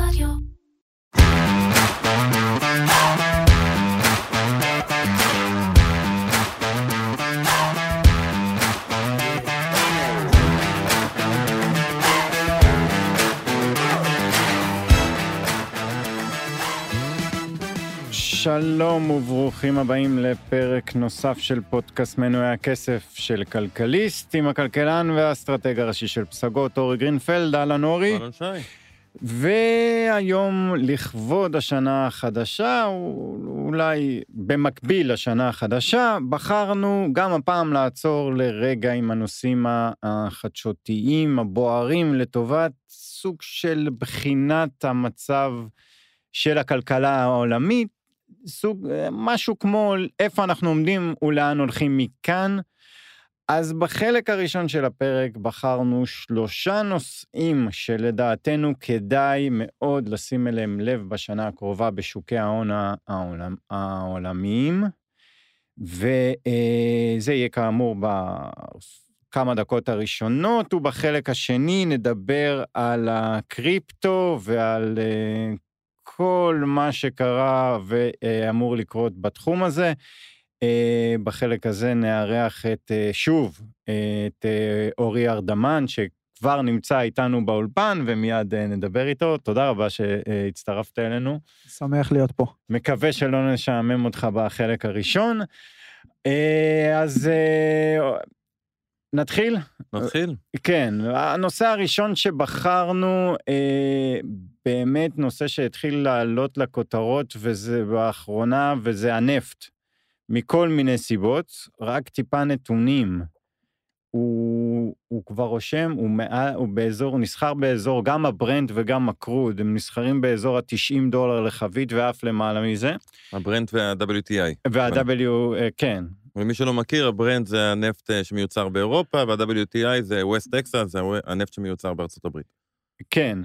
רדיו. שלום וברוכים הבאים לפרק נוסף של פודקאסט מנועי הכסף של כלכליסט, עם הכלכלן והאסטרטג הראשי של פסגות, אורי גרינפלד. אהלן אורי. אהלן שי. והיום לכבוד השנה החדשה, אולי במקביל לשנה החדשה, בחרנו גם הפעם לעצור לרגע עם הנושאים החדשותיים, הבוערים, לטובת סוג של בחינת המצב של הכלכלה העולמית, משהו כמו איפה אנחנו עומדים ולאן הולכים מכאן. אז בחלק הראשון של הפרק בחרנו 3 נושאים שלדעתנו כדאי מאוד לשים אליהם לב בשנה הקרובה בשוקי ההון העולמיים, וזה יהיה כאמור בכמה דקות הראשונות, ובחלק השני נדבר על הקריפטו ועל כל מה שקרה ואמור לקרות בתחום הזה. בחלק הזה נארח שוב את אורי ארדמן, שכבר נמצא איתנו באולפן, ומיד נדבר איתו. תודה רבה שהצטרפת אלינו. שמח להיות פה. מקווה שלא נשעמם אותך בחלק הראשון. אז נתחיל? נתחיל. כן, הנושא הראשון שבחרנו, באמת נושא שהתחיל לעלות לכותרות, וזה באחרונה, וזה הנפט. מכל מיני סיבות, רק טיפה נתונים. הוא כבר רושם, הוא באזור, הוא נסחר באזור, גם הברנט וגם הקרוד, הם נסחרים באזור $90 לחבית, ואף למעלה מזה. הברנט וה-WTI. וה-W, כן. ומי שלא מכיר, הברנט זה הנפט שמיוצר באירופה, וה-WTI זה ווסט טקסס, זה הנפט שמיוצר בארצות הברית. כן,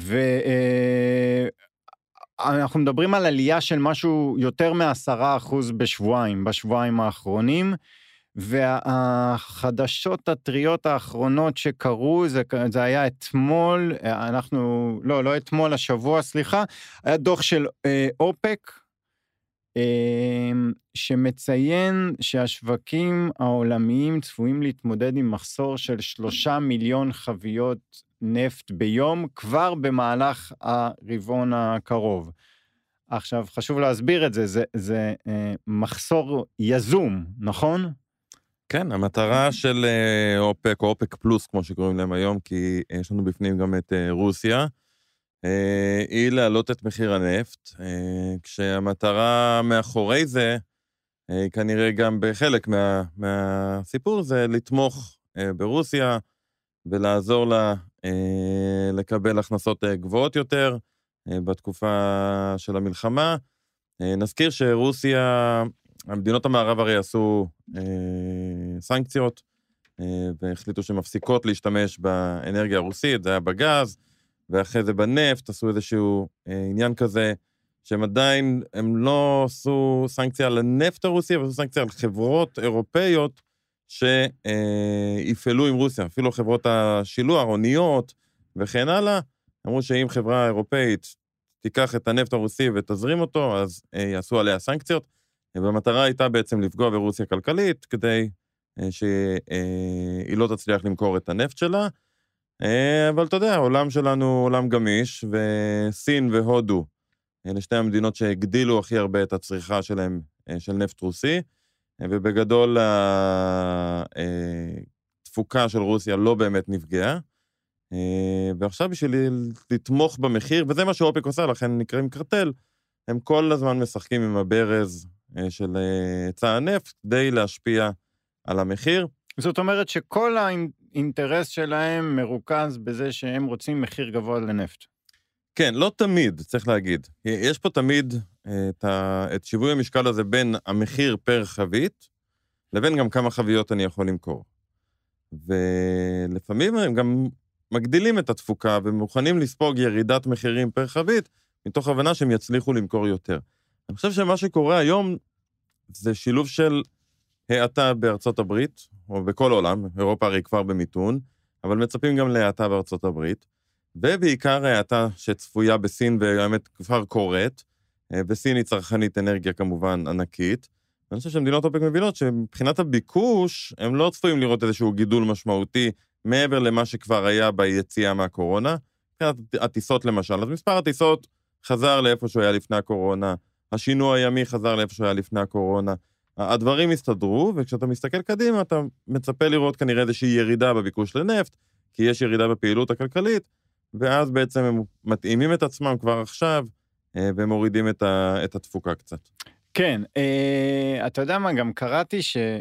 אנחנו מדברים על עלייה של משהו יותר מ10% בשבועיים האחרונים, והחדשות הטריות האחרונות שקרו, זה היה אתמול, לא אתמול, השבוע, סליחה, היה דוח של אופק, שמציין שהשווקים העולמיים צפויים להתמודד עם מחסור של 3 מיליון חביות נפט ביום, כבר במהלך הרבעון הקרוב. עכשיו, חשוב להסביר את זה, זה מחסור יזום, נכון? כן, המטרה של אופק, או אופק פלוס, כמו שקוראים להם היום, כי יש לנו בפנים גם את רוסיה, היא להעלות את מחיר הנפט, כשהמטרה מאחורי זה, כנראה גם בחלק מהסיפור, זה לתמוך ברוסיה, ולעזור לה לקבל הכנסות גבוהות יותר, בתקופה של המלחמה. נזכיר שרוסיה, המדינות המערב הרי עשו סנקציות, והחליטו שמפסיקות להשתמש באנרגיה הרוסית, זה היה בגז, ואחרי זה בנפט עשו איזשהו עניין כזה, שהם עדיין, הם לא עשו סנקציה על הנפט הרוסי, אבל עשו סנקציה על חברות אירופאיות, שיפעלו עם רוסיה, אפילו חברות השילוח, אוניות וכן הלאה, אמרו שאם חברה אירופאית תיקח את הנפט הרוסי ותזרים אותו, אז יעשו עליה סנקציות, והמטרה הייתה בעצם לפגוע ברוסיה כלכלית, כדי שהיא לא תצליח למכור את הנפט שלה, אבל אתה יודע, העולם שלנו עולם גמיש, וסין והודו, אלה שתי המדינות שהגדילו הכי הרבה את הצריכה שלהם, של נפט רוסי, ובגדול התפוקה של רוסיה לא באמת נפגעה, ועכשיו בשביל לתמוך במחיר, וזה מה שאופק עושה, לכן נקראים קרטל, הם כל הזמן משחקים עם הברז של היצע הנפט, כדי להשפיע על המחיר. זאת אומרת שכל האינטרס שלהם מרוכז בזה שהם רוצים מחיר גבוה לנפט. כן, לא תמיד, צריך להגיד. יש פה תמיד את שיווי המשקל הזה בין המחיר פר חבית, לבין גם כמה חביות אני יכול למכור. ולפעמים הם גם מגדילים את התפוקה, ומוכנים לספוג ירידת מחירים פר חבית, מתוך הבנה שהם יצליחו למכור יותר. אני חושב שמה שקורה היום, זה שילוב של האטה בארצות הברית, או בכל העולם, אירופה הרי כבר במיתון, אבל מצפים גם להאטה בארצות הברית, ובעיקר האטה שצפויה בסין, והאמת כבר קורית, וסין היא צרכנית אנרגיה כמובן ענקית. אני חושב שמדינות אופק מבינות שמבחינת הביקוש, הם לא צפויים לראות איזשהו גידול משמעותי, מעבר למה שכבר היה ביציאה מהקורונה. מבחינת הטיסות למשל, אז מספר הטיסות חזר לאיפה שהוא היה לפני הקורונה, השינוע הימי חזר לאיפה שהוא היה לפני הקורונה, הדברים הסתדרו, וכשאתה מסתכל קדימה, אתה מצפה לראות כנראה איזושהי ירידה בביקוש לנפט, כי יש ירידה בפעילות הכלכלית, ואז בעצם הם מתאימים את עצמם כבר עכשיו, ומורידים את התפוקה קצת. כן, אתה יודע מה, גם קראתי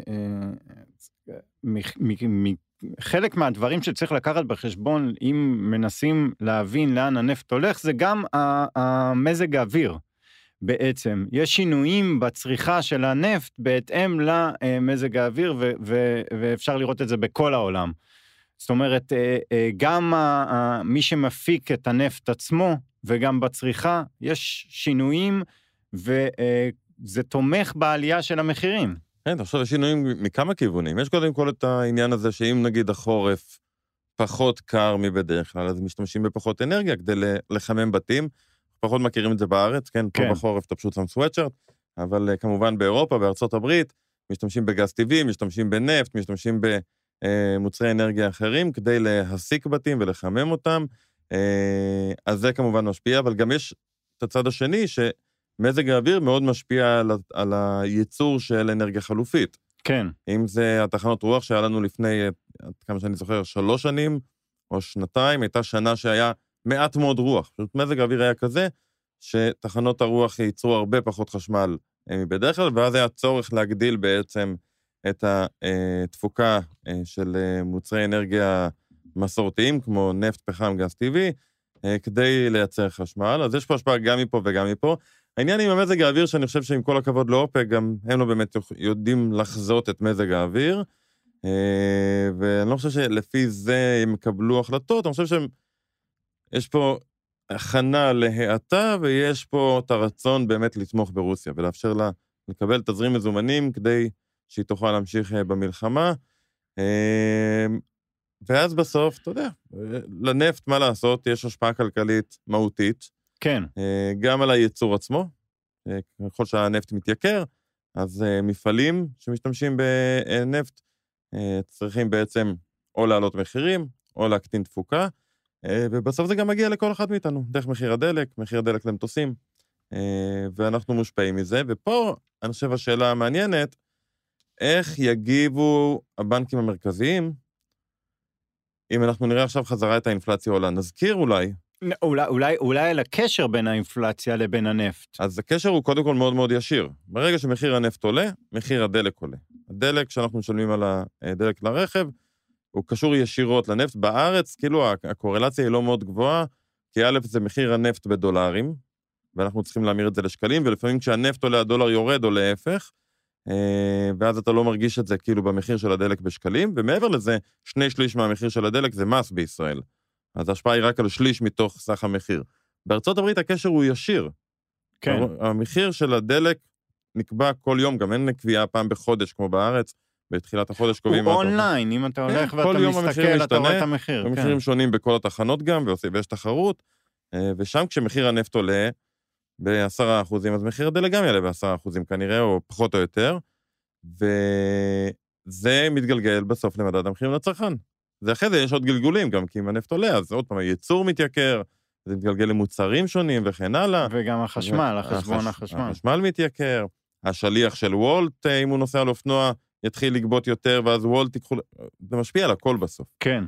חלק מהדברים שצריך לקחת בחשבון, אם מנסים להבין לאן הנפט הולך, זה גם המזג האוויר. בעצם, יש שינויים בצריכה של הנפט בהתאם למזג האוויר, ואפשר לראות את זה בכל העולם. זאת אומרת, גם מי שמפיק את הנפט עצמו, וגם בצריכה, יש שינויים, וזה תומך בעלייה של המחירים. כן, עכשיו יש שינויים מכמה כיוונים. יש קודם כל את העניין הזה, שאם נגיד החורף פחות קר מבדרך כלל, אז משתמשים בפחות אנרגיה כדי לחמם בתים, פחות מכירים את זה בארץ, כן, פה בחורף אתה פשוט שם סוואטשרט, אבל כמובן באירופה, בארצות הברית, משתמשים בגז טבעי, משתמשים בנפט, משתמשים במוצרי אנרגיה אחרים, כדי להסיק בתים ולחמם אותם, אז זה כמובן משפיע, אבל גם יש את הצד השני, שמזג האוויר מאוד משפיע על הייצור של אנרגיה חלופית. כן. אם זה התחנות רוח שהיה לנו לפני, כמה שאני זוכר, 3 שנים או שנתיים, הייתה שנה שהיה מעט מאוד רוח. פשוט מזג האוויר היה כזה, שתחנות הרוח ייצרו הרבה פחות חשמל מבדרך כלל, ואז היה צורך להגדיל בעצם את התפוקה של מוצרי אנרגיה מסורתיים, כמו נפט, פחם, גז טבעי, כדי לייצר חשמל. אז יש פה השפעה גם מפה וגם מפה. העניין עם המזג האוויר, שאני חושב שעם כל הכבוד לאופק, גם הם לא באמת יודעים לחזות את מזג האוויר, ואני לא חושב שלפי זה הם יקבלו החלטות, אני חושב שיש פה הכנה להאטה, ויש פה את הרצון באמת לתמוך ברוסיה, ולאפשר לה לקבל תזרים מזומנים, כדי שהיא תוכל להמשיך במלחמה, ואז בסוף, אתה יודע, לנפט מה לעשות, יש השפעה כלכלית מהותית, כן. גם על הייצור עצמו, ככל שהנפט מתייקר, אז מפעלים שמשתמשים בנפט, צריכים בעצם או לעלות מחירים, או להקטין תפוקה, ובסוף זה גם מגיע לכל אחד מאיתנו, דרך מחיר הדלק למטוסים, ואנחנו מושפעים מזה, ופה אני חושב השאלה המעניינת, איך יגיבו הבנקים המרכזיים, אם אנחנו נראה עכשיו חזרה את האינפלציה עולה, נזכיר אולי על הקשר בין האינפלציה לבין הנפט. אז הקשר הוא קודם כל מאוד מאוד ישיר. ברגע שמחיר הנפט עולה, מחיר הדלק עולה. הדלק שאנחנו משלמים על הדלק לרכב, הוא קשור ישירות לנפט. בארץ, כאילו הקורלציה היא לא מאוד גבוהה, כי א' זה מחיר הנפט בדולרים, ואנחנו צריכים להמיר את זה לשקלים, ולפעמים כשהנפט עולה, הדולר יורד או להפך, ואז אתה לא מרגיש את זה כאילו במחיר של הדלק בשקלים, ומעבר לזה, 2/3 מהמחיר של הדלק זה מס בישראל. אז ההשפעה היא רק על 1/3 מתוך סך המחיר. בארצות הברית הקשר הוא ישיר. כן. המחיר של הדלק נקבע כל יום, גם אין קביעה פעם בחודש כמו בארץ, בתחילת החודש קובעים... הוא אונליין, אם אתה הולך ואתה מסתכל, אתה רואה את המחיר. המחירים שונים בכל התחנות גם, ויש תחרות, ושם כשמחיר הנפט עולה ב10%, אז מחיר הדלק גם יעלה ב10% כנראה, או פחות או יותר, וזה מתגלגל בסוף למדד המחירים לצרכן. זה אחרי זה יש עוד גלגולים גם, כי אם הנפט עולה, אז עוד פעם, הייצור מתייקר, זה מתגלגל למוצרים שונים וכן הלאה. וגם החשמל, החשבון. החשמל מתייקר, השליח של וולט, אם הוא נוסע על אופנוע, יתחיל לגבות יותר, ואז וולט ייקחו... זה משפיע על הכל בסוף. כן.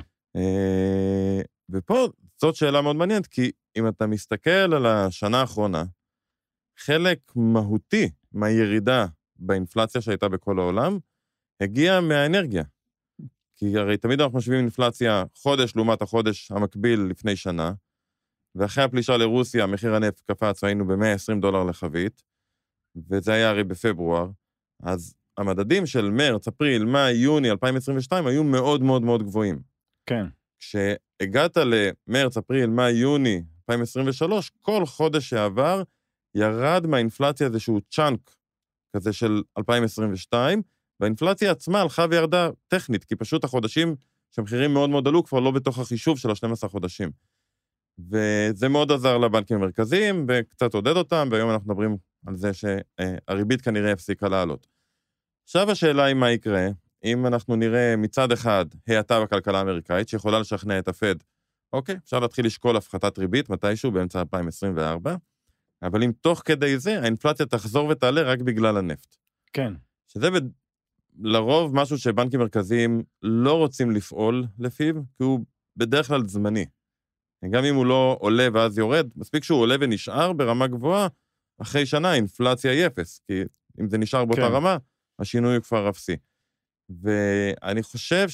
ופה זאת שאלה מאוד מעניינת, כי אם אתה מסתכל על השנה האחרונה, חלק מהותי מהירידה באינפלציה שהייתה בכל העולם, הגיע מהאנרגיה. כי הרי תמיד אנחנו משווים אינפלציה חודש לעומת החודש המקביל לפני שנה, ואחרי הפלישה לרוסיה, מחיר הנפט קפץ, היינו ב$120 לחבית, וזה היה הרי בפברואר, אז המדדים של מרץ, אפריל, מאי, יוני 2022 היו מאוד מאוד מאוד גבוהים. כן. כשהגעת למרץ, אפריל, מאי, יוני 2023, כל חודש שעבר ירד מהאינפלציה איזשהו צ'אנק כזה של 2022, והאינפלציה עצמה הלכה וירדה טכנית, כי פשוט החודשים שהמחירים מאוד מאוד עלו כבר לא בתוך החישוב של ה-12 חודשים. וזה מאוד עזר לבנקים המרכזיים, וקצת עודד אותם, והיום אנחנו מדברים על זה שהריבית כנראה הפסיקה לעלות. עכשיו השאלה היא מה יקרה, אם אנחנו נראה מצד אחד האטה בכלכלה האמריקאית, שיכולה לשכנע את הפד, אוקיי, אפשר להתחיל לשקול הפחתת ריבית מתישהו באמצע 2024, אבל אם תוך כדי זה, האינפלציה תחזור ותעלה רק בגלל הנפט. כן. שזה לרוב משהו שבנקים מרכזיים לא רוצים לפעול לפיו, כי הוא בדרך כלל זמני. גם אם הוא לא עולה ואז יורד, מספיק שהוא עולה ונשאר ברמה גבוהה, אחרי שנה האינפלציה היא אפס, כי אם זה נשאר באותה רמה, השינוי הוא כבר אפסי. ואני חושב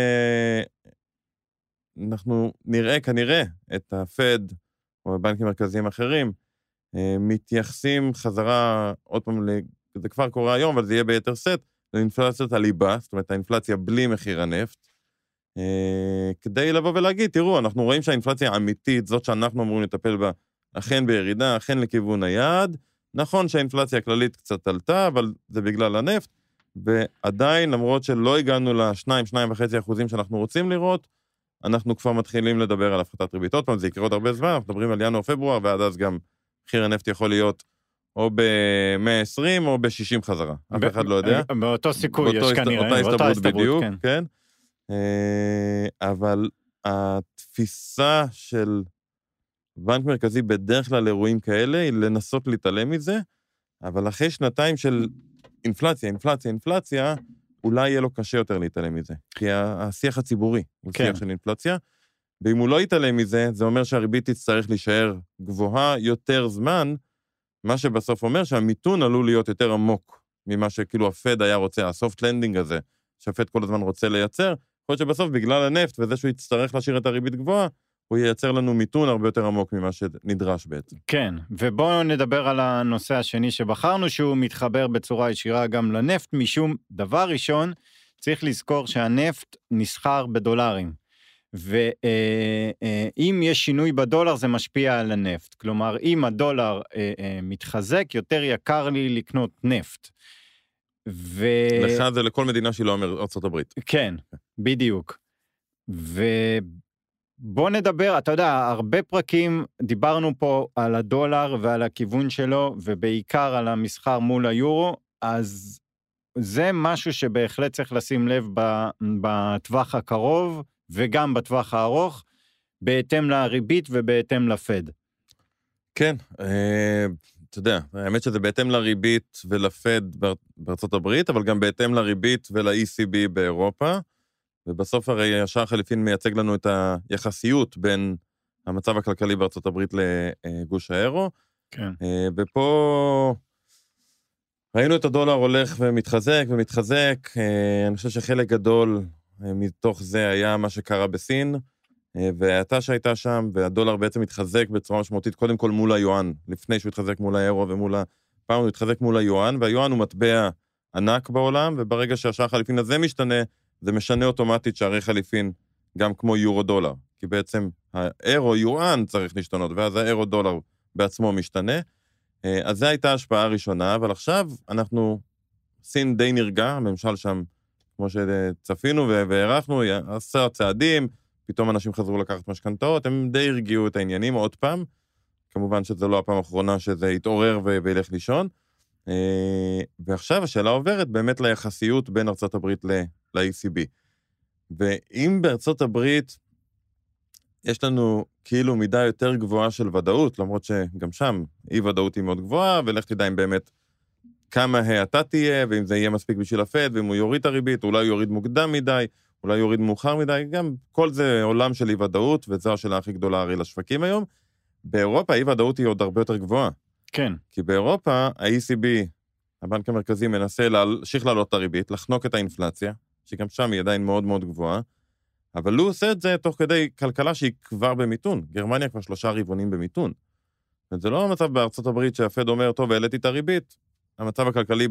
שאנחנו נראה כנראה את הפד, או בנקים מרכזיים אחרים, מתייחסים חזרה, עוד פעם, זה כבר קורה היום, אבל זה יהיה ביתר סט, לאינפלציית הליבה, זאת אומרת, האינפלציה בלי מחיר הנפט, כדי לבוא ולהגיד, תראו, אנחנו רואים שהאינפלציה האמיתית, זאת שאנחנו אמורים לטפל בה, אכן בירידה, אכן לכיוון היעד, נכון שהאינפלציה הכללית קצת עלתה, אבל זה בגלל הנפט, ועדיין, למרות שלא הגענו ל2.5% שאנחנו רוצים לראות, אנחנו כבר מתחילים לדבר על הפחתת ריבית. עוד פעם, זה יקרה עוד הרבה זמן, אנחנו מדברים על ינואר-פברואר, ועד אז גם מחיר הנפט יכול להיות או ב-120 או ב-60 חזרה. אף אחד לא יודע. באותו סיכוי יש כנראה, אותה הסתברות בדיוק, כן. אבל התפיסה של בנק מרכזי בדרך כלל אירועים כאלה, היא לנסות להתעלם מזה, אבל אחרי שנתיים של אינפלציה, אולי יהיה לו קשה יותר להתעלם מזה. כי השיח הציבורי הוא שיח של אינפלציה, ואם הוא לא יתעלם מזה, זה אומר שהריבית תצטרך להישאר גבוהה יותר זמן, מה שבסוף אומר שהמיתון עלול להיות יותר עמוק, ממה שכאילו הפד היה רוצה, הסופט לנדינג הזה, שהפד כל הזמן רוצה לייצר, יכול להיות שבסוף בגלל הנפט וזה שהוא יצטרך להשאיר את הריבית גבוהה, הוא ייצר לנו מיתון הרבה יותר עמוק ממה שנדרש בעצם. כן, ובואו נדבר על הנושא השני שבחרנו, שהוא מתחבר בצורה ישירה גם לנפט, משום דבר ראשון, צריך לזכור שהנפט נסחר בדולרים, ואם יש שינוי בדולר זה משפיע על הנפט, כלומר אם הדולר מתחזק, יותר יקר לי לקנות נפט. לך זה לכל מדינה שהיא לא ארצות הברית. כן, בדיוק. בוא נדבר, אתה יודע, הרבה פרקים דיברנו פה על הדולר ועל הכיוון שלו, ובעיקר על המסחר מול היורו, אז זה משהו שבהחלט צריך לשים לב בטווח הקרוב, וגם בטווח הארוך, בהתאם לריבית ובהתאם לפד. כן, אתה יודע, האמת שזה בהתאם לריבית ולפד בארצות הברית, אבל גם בהתאם לריבית ול-ECB באירופה, ובסוף הרי השער חליפין מייצג לנו את היחסיות בין המצב הכלכלי בארצות הברית לגוש האירו. כן. ופה ראינו את הדולר הולך ומתחזק, אני חושב שחלק גדול מתוך זה היה מה שקרה בסין, וההאטה שהייתה שם, והדולר בעצם התחזק בצורה משמעותית, קודם כל מול היואן, לפני שהוא התחזק מול האירו ומול הפאונד, הוא התחזק מול היואן, והיואן הוא מטבע ענק בעולם, וברגע שהשער חליפין הזה משתנה, זה משנה אוטומטית שערי חליפין גם כמו יורו דולר, כי בעצם האירו יואן צריך להשתנות, ואז האירו דולר בעצמו משתנה. אז זו הייתה השפעה הראשונה, אבל עכשיו אנחנו, סין די נרגע, הממשל שם, כמו שצפינו והערכנו, עשה צעדים, פתאום אנשים חזרו לקחת משכנתאות, הם די הרגיעו את העניינים עוד פעם, כמובן שזה לא הפעם האחרונה שזה יתעורר וילך לישון, ועכשיו השאלה עוברת באמת ליחסיות בין ארצות הברית ל-ECB. ואם בארצות הברית יש לנו כאילו מידה יותר גבוהה של ודאות, למרות שגם שם אי ודאות היא מאוד גבוהה, ולך תדע אם באמת כמה האטה תהיה, ואם זה יהיה מספיק בשביל הפד, ואם הוא יוריד את הריבית, אולי הוא יוריד מוקדם מדי, אולי יוריד מאוחר מדי, גם כל זה עולם של אי ודאות, וזו השאלה הכי גדולה הרי לשווקים היום. באירופה אי ודאות היא עוד הרבה יותר גבוהה. כן. כי באירופה ה-ECB, הבנק המרכזי, מנסה להמשיך לעלות את הריבית, לחנוק את האינפלציה, שגם שם היא עדיין מאוד מאוד גבוהה, אבל הוא עושה את זה תוך כדי כלכלה שהיא כבר במיתון. גרמניה כבר 3 רבעונים במיתון. זה לא המצב בארצות הברית שהפד אומר, טוב, העליתי את הריבית, המצב הכלכלי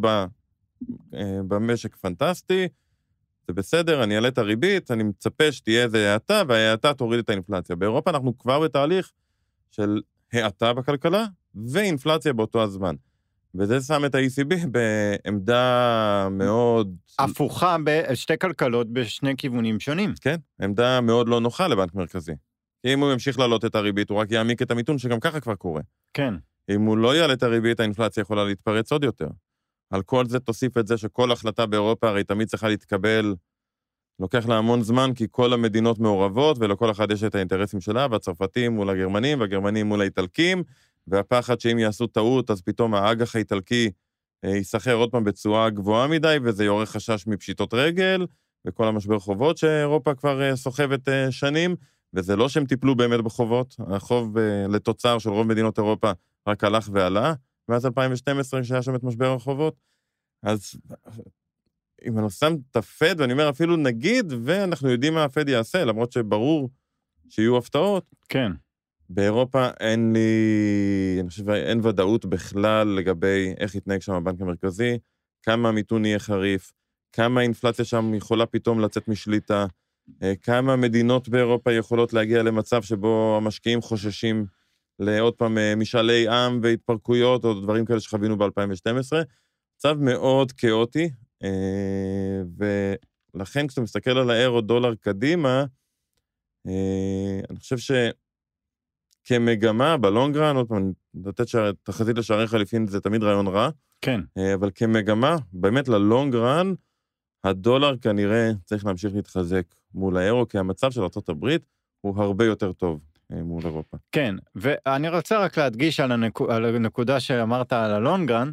במשק פנטסטי, זה בסדר, אני אעלה את הריבית, אני מצפה שתהיה איזה האטה, וההאטה תוריד את האינפלציה. באירופה אנחנו כבר בתהליך של האטה בכלכלה, ואינפלציה באותו הזמן. וזה שם את ה-ECB בעמדה מאוד... הפוכה בשתי כלכלות בשני כיוונים שונים. כן, עמדה מאוד לא נוחה לבנק מרכזי. כי אם הוא ימשיך לעלות את הריבית, הוא רק יעמיק את המיתון, שגם ככה כבר קורה. כן. אם הוא לא יעלה את הריבית, האינפלציה יכולה להתפרץ עוד יותר. על כל זה תוסיף את זה שכל החלטה באירופה הרי תמיד צריכה להתקבל, לוקח לה המון זמן, כי כל המדינות מעורבות, ולכל אחד יש את האינטרסים שלה, והצרפתים מול הגרמנים, והגרמנים מול האיטלקים, והפחד שאם יעשו טעות, אז פתאום האג"ח האיטלקי יסחר עוד פעם בצורה גבוהה מדי, וזה יעורר חשש מפשיטות רגל, וכל המשבר חובות שאירופה כבר סוחבת שנים, וזה לא שהם טיפלו באמת בחובות, החוב לתוצר של רוב מדינות אירופה רק הלך ועלה, מאז 2012 כשהיה שם את משבר החובות. אז אם אני שם את הפד, ואני אומר אפילו נגיד, ואנחנו יודעים מה הפד יעשה, למרות שברור שיהיו הפתעות. כן. באירופה אני חושב, אין ודאות בכלל לגבי איך יתנהג שם הבנק המרכזי, כמה המיתון יהיה חריף, כמה האינפלציה שם יכולה פתאום לצאת משליטה, כמה מדינות באירופה יכולות להגיע למצב שבו המשקיעים חוששים לעוד פעם משאלי עם והתפרקויות, או דברים כאלה שחווינו ב-2012. מצב מאוד כאוטי, ולכן כשאתה מסתכל על האירו דולר קדימה, אני חושב שכמגמה, בלונגרן, עוד פעם, לתת תחזית לשערי חליפין זה תמיד רעיון רע, כן. אבל כמגמה, באמת ללונגרן, הדולר כנראה צריך להמשיך להתחזק מול האירו, כי המצב של ארצות הברית הוא הרבה יותר טוב מול אירופה. כן, ואני רוצה רק להדגיש על הנקודה שאמרת על הלונגרן,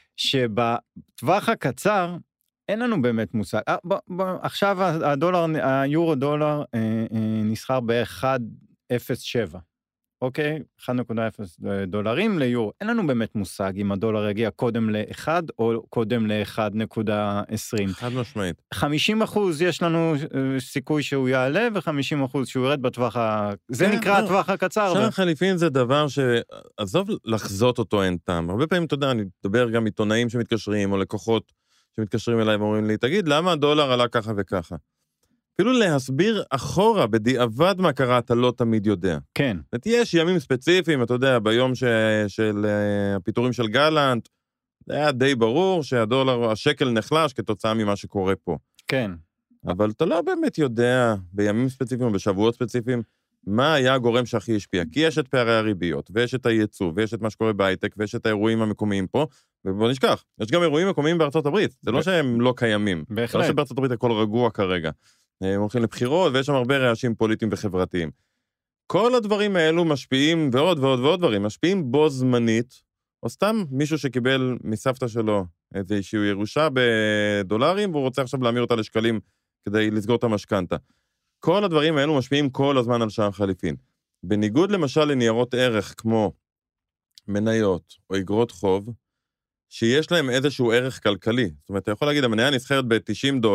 שבטווח הקצר אין לנו באמת מושג. עכשיו היורו דולר נסחר ב-1.07. אוקיי? 1.0 דולרים ליורו. אין לנו באמת מושג אם הדולר יגיע קודם ל-1 או קודם ל-1.20. חד משמעית. 50% יש לנו סיכוי שהוא יעלה, ו-50% שהוא ירד בטווח זה נקרא הטווח הקצר. שער חליפין זה דבר שעזוב לחזות אותו אין טעם. הרבה פעמים, אתה יודע, אני מדבר גם עיתונאים שמתקשרים, או לקוחות שמתקשרים אליי ואומרים לי, תגיד, למה הדולר עלה ככה וככה? אפילו להסביר אחורה, בדיעבד מה קרה, אתה לא תמיד יודע. כן. יש ימים ספציפיים, אתה יודע, ביום של הפיטורים של גלנט, זה היה די ברור שהדולר, השקל נחלש כתוצאה ממה שקורה פה. כן. אבל אתה לא באמת יודע, בימים ספציפיים או בשבועות ספציפיים, מה היה הגורם שהכי השפיע. כי יש את פערי הריביות, ויש את הייצוא, ויש את מה שקורה בהייטק, ויש את האירועים המקומיים פה, ובוא נשכח, יש גם אירועים מקומיים בארצות הברית, זה לא שהם לא קיימים. בהחלט. זה לא שבארצות הברית הכל רגוע כרגע. הם הולכים לבחירות, ויש שם הרבה רעשים פוליטיים וחברתיים. כל הדברים האלו משפיעים, ועוד ועוד ועוד דברים, משפיעים בו זמנית, או סתם מישהו שקיבל מסבתא שלו איזושהי ירושה בדולרים, והוא רוצה עכשיו להמיר אותה לשקלים כדי לסגור את המשכנתה. כל הדברים האלו משפיעים כל הזמן על שער חליפין. בניגוד למשל לניירות ערך כמו מניות או אגרות חוב, שיש להם איזשהו ערך כלכלי. זאת אומרת, אתה יכול להגיד, המניה נסחרת ב$90,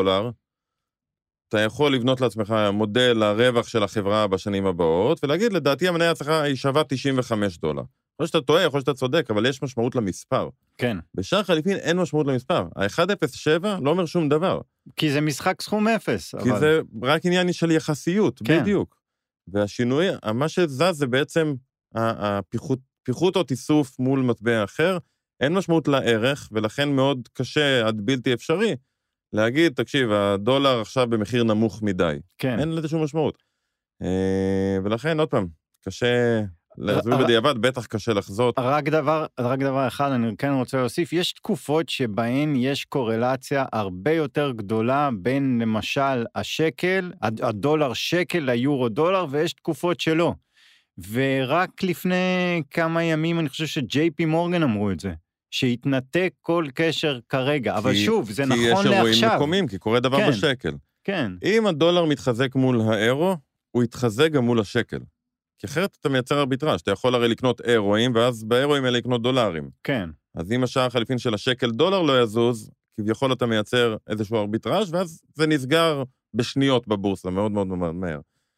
אתה יכול לבנות לעצמך מודל לרווח של החברה בשנים הבאות, ולהגיד, לדעתי המניה צריכה, היא שווה $95. יכול שאתה טועה, יכול שאתה צודק, אבל יש משמעות למספר. כן. בשער חליפין אין משמעות למספר. ה-1.07 לא אומר שום דבר. כי זה משחק סכום אפס. כי זה רק עניין של יחסיות, כן. בדיוק. והשינוי, מה שזז זה בעצם הפיחות או תיסוף מול מטבע אחר, אין משמעות לערך, ולכן מאוד קשה עד בלתי אפשרי, להגיד, תקשיב, הדולר עכשיו במחיר נמוך מדי. כן. אין לזה שום משמעות. ולכן, עוד פעם, קשה להסביר בדיעבד, בטח קשה לחזות. רק דבר אחד, אני כן רוצה להוסיף, יש תקופות שבהן יש קורלציה הרבה יותר גדולה בין למשל השקל, הדולר שקל ליורו דולר, ויש תקופות שלא. ורק לפני כמה ימים אני חושב שג'יי.פי מורגן אמרו את זה. שהתנתק כל קשר כרגע, אבל שוב, זה נכון לעכשיו. כי יש אירועים מקומיים, כי קורה דבר בשקל. כן. אם הדולר מתחזק מול האירו, הוא יתחזק גם מול השקל. כי אחרת אתה מייצר ארביטראז', אתה יכול הרי לקנות אירואים, ואז באירואים האלה לקנות דולרים. כן. אז אם השער חליפין של השקל דולר לא יזוז, כביכול אתה מייצר איזשהו ארביטראז', ואז זה נסגר בשניות בבורסה, מאוד מאוד מהר.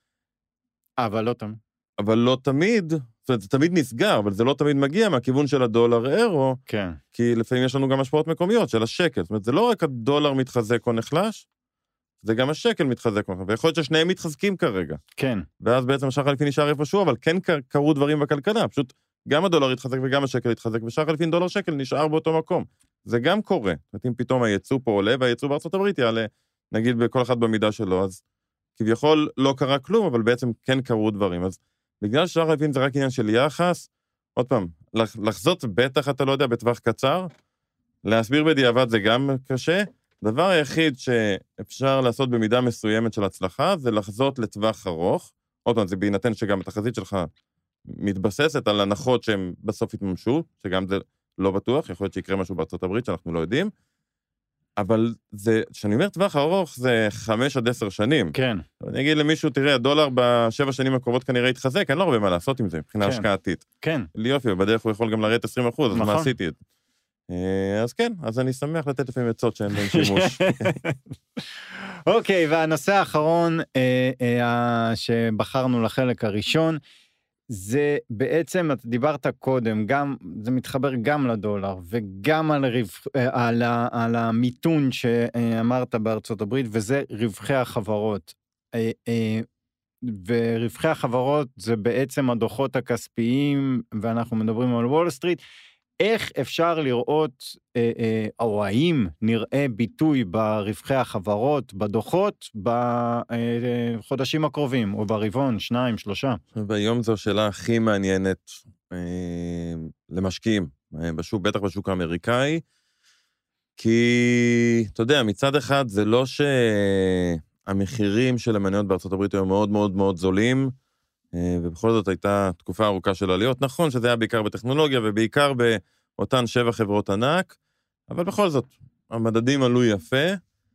אבל לא תמיד, זאת אומרת, זה תמיד נסגר, אבל זה לא תמיד מגיע מהכיוון של הדולר אירו, כן. כי לפעמים יש לנו גם השפעות מקומיות של השקל, זאת אומרת, זה לא רק הדולר מתחזק או נחלש, זה גם השקל מתחזק, ויכול להיות ששניהם מתחזקים כרגע. כן. ואז בעצם השער חליפין נשאר איפשהו, אבל כן קרו דברים בכלכלה, פשוט גם הדולר יתחזק וגם השקל יתחזק, ושער חליפין דולר שקל נשאר באותו מקום. זה גם קורה. זאת אומרת, אם פתאום הייצוא פה עולה, והייצוא בארצות הברית יעלה, נגיד בכל אחד במידה שלו, אז כביכול לא קרה כלום, אבל בעצם כן קרו דברים. אז בגלל שאפשר להבין, זה רק עניין של יחס, עוד פעם, לחזות בטח אתה לא יודע בטווח קצר, להסביר בדיעבד זה גם קשה, דבר היחיד שאפשר לעשות במידה מסוימת של הצלחה, זה לחזות לטווח ארוך, עוד פעם, זה בהינתן שגם התחזית שלך מתבססת על הנחות שהן בסוף יתממשו, שגם זה לא בטוח, יכול להיות שיקרה משהו בארצות הברית שאנחנו לא יודעים, אבל זה, שאני אומר טווח ארוך, זה 5 עד 10 שנים. כן. אני אגיד למישהו, תראה, הדולר ב7 שנים הקרובות כנראה יתחזק, אין לו הרבה מה לעשות עם זה, מבחינה השקעתית. כן. ליופי, ובדרך הוא יכול גם לרדת 20%, אז מה עשיתי את זה? אז כן, אז אני שמח לתת לפעמים עצות שאין להם שימוש. אוקיי, והנושא האחרון שבחרנו לחלק הראשון, זה בעצם, אתה דיברת קודם, גם, זה מתחבר גם לדולר, וגם על המיתון שאמרת בארצות הברית, וזה רווחי החברות. ורווחי החברות זה בעצם הדוחות הכספיים, ואנחנו מדברים על וול סטריט, איך אפשר לראות, או האם נראה ביטוי ברווחי החברות, בדוחות, בחודשים הקרובים, או ברבעון, 2, 3? והיום זו השאלה הכי מעניינת למשקיעים, בטח בשוק האמריקאי, כי, אתה יודע, מצד אחד זה לא שהמחירים של המניות בארצות הברית היו מאוד מאוד מאוד זולים, ובכל זאת הייתה תקופה ארוכה של עליות. נכון שזה היה בעיקר בטכנולוגיה, ובעיקר באותן 7 חברות ענק, אבל בכל זאת, המדדים עלו יפה,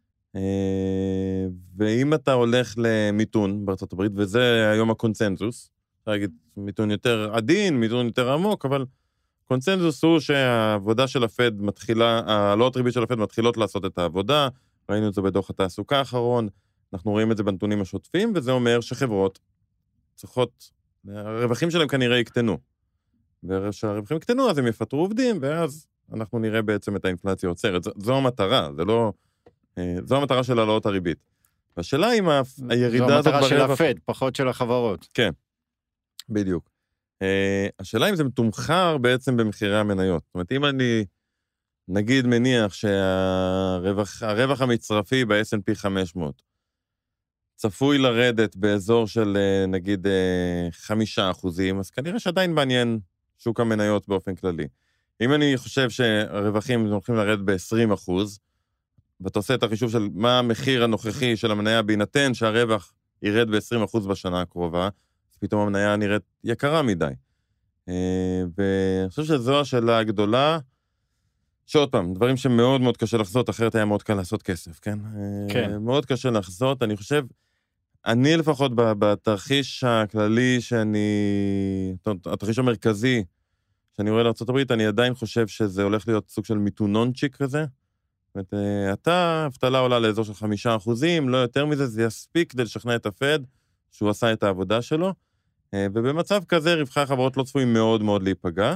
ואם אתה הולך למיתון בארצות הברית, וזה היום הקונצנזוס, אפשר להגיד מיתון יותר עדין, מיתון יותר עמוק, אבל קונצנזוס הוא שהעבודה של הפד מתחילה, העלות ריבית של הפד מתחילות לעשות את העבודה, ראינו את זה בדוח התעסוקה האחרון, אנחנו רואים את זה בנתונים השוטפים, וזה אומר שחברות צריכות, הרווחים שלהם כנראה יקטנו. וכשהרווחים יקטנו, אז הם יפטרו עובדים, ואז אנחנו נראה בעצם את האינפלציה עוצרת. זו המטרה, זה לא, זו המטרה של העלאות הריבית. והשאלה אם הירידה הזאת... זו המטרה של הפד, פחות של החברות. כן, בדיוק. השאלה אם זה מתומחר בעצם במחירי המניות. זאת אומרת, אם אני, נגיד, מניח שהרווח המצרפי ב-S&P 500, צפוי לרדת באזור של נגיד 5%, אז כנראה שעדיין מעניין שוק המניות באופן כללי. אם אני חושב שהרווחים הולכים לרדת ב-20%, ואתה עושה את החישוב של מה המחיר הנוכחי של המניה בהינתן שהרווח ירד ב-20% בשנה הקרובה, אז פתאום המניה נראית יקרה מדי. ואני חושב שזו השאלה הגדולה, שעוד פעם, דברים שמאוד מאוד קשה לחזות, אחרת היה מאוד קל לעשות כסף, כן? כן. מאוד קשה לחזות, אני חושב, אני לפחות בתרחיש הכללי התרחיש המרכזי שאני רואה לארצות הברית, אני עדיין חושב שזה הולך להיות סוג של מיתונונצ'יק כזה. זאת אומרת, אבטלה עולה לאזור של 5%, לא יותר מזה, זה יספיק כדי לשכנע את הפד שהוא עשה את העבודה שלו, ובמצב כזה רווחי החברות לא צפויים מאוד מאוד להיפגע,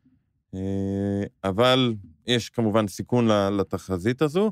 אבל יש כמובן סיכון לתחזית הזו,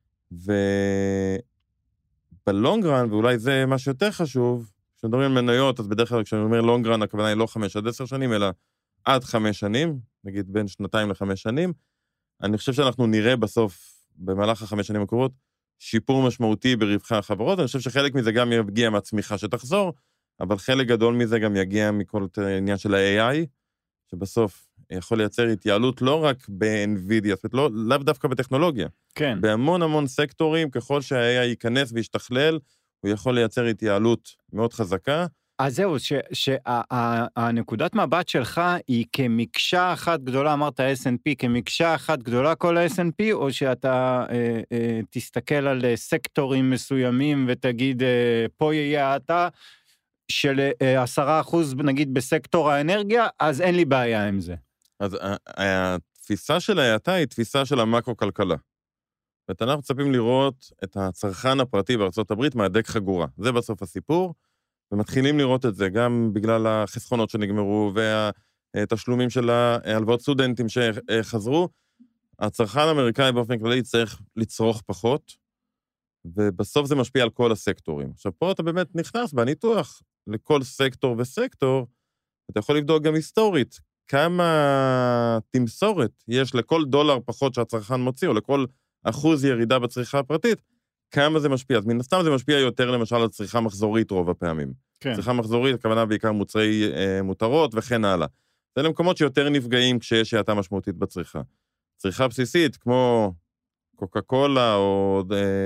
ובלונגרן, ואולי זה מה שיותר חשוב, כשמדברים על מניות, אז בדרך כלל כשאני אומר לונגרן, הכוונה היא לא 5 עד 10 שנים, אלא עד 5 שנים, נגיד בין 2 ל5 שנים, אני חושב שאנחנו נראה בסוף, במהלך 5 שנים הקרובות, שיפור משמעותי ברווחי החברות, אני חושב שחלק מזה גם יגיע מהצמיחה שתחזור, אבל חלק גדול מזה גם יגיע מכל עניין של ה-AI, שבסוף יכול לייצר התייעלות לא רק ב-NVIDIA, זאת אומרת, לאו דווקא בטכנולוגיה. כן. בהמון המון סקטורים, ככל שה-AI ייכנס וישתכלל, הוא יכול לייצר התייעלות מאוד חזקה. אז זהו, שהנקודת מבט שלך היא כמקשה אחת גדולה, אמרת S&P, כמקשה אחת גדולה כל ה-S&P, או שאתה תסתכל על סקטורים מסוימים ותגיד, פה יהיה האטה של 10% נגיד בסקטור האנרגיה, אז אין לי בעיה עם זה. אז התפיסה של ההאטה היא תפיסה של המקרו-כלכלה. ואנחנו מצפים לראות את הצרכן הפרטי בארצות הברית מהדק חגורה. זה בסוף הסיפור. ומתחילים לראות את זה, גם בגלל החסכונות שנגמרו, והתשלומים של הלוואות סטודנטים שחזרו, הצרכן האמריקאי באופן כללי צריך לצרוך פחות, ובסוף זה משפיע על כל הסקטורים. עכשיו, פה אתה באמת נכנס בניתוח לכל סקטור וסקטור, אתה יכול לבדוק גם היסטורית, כמה תמסורת יש לכל דולר פחות שהצרכן מוציא, או לכל אחוז ירידה בצריכה הפרטית, כמה זה משפיע? אז מן הסתם זה משפיע יותר למשל על צריכה מחזורית רוב הפעמים. כן. צריכה מחזורית, הכוונה בעיקר מוצרי מותרות וכן הלאה. זה למקומות שיותר נפגעים כשיש האטה משמעותית בצריכה. צריכה בסיסית כמו קוקה קולה או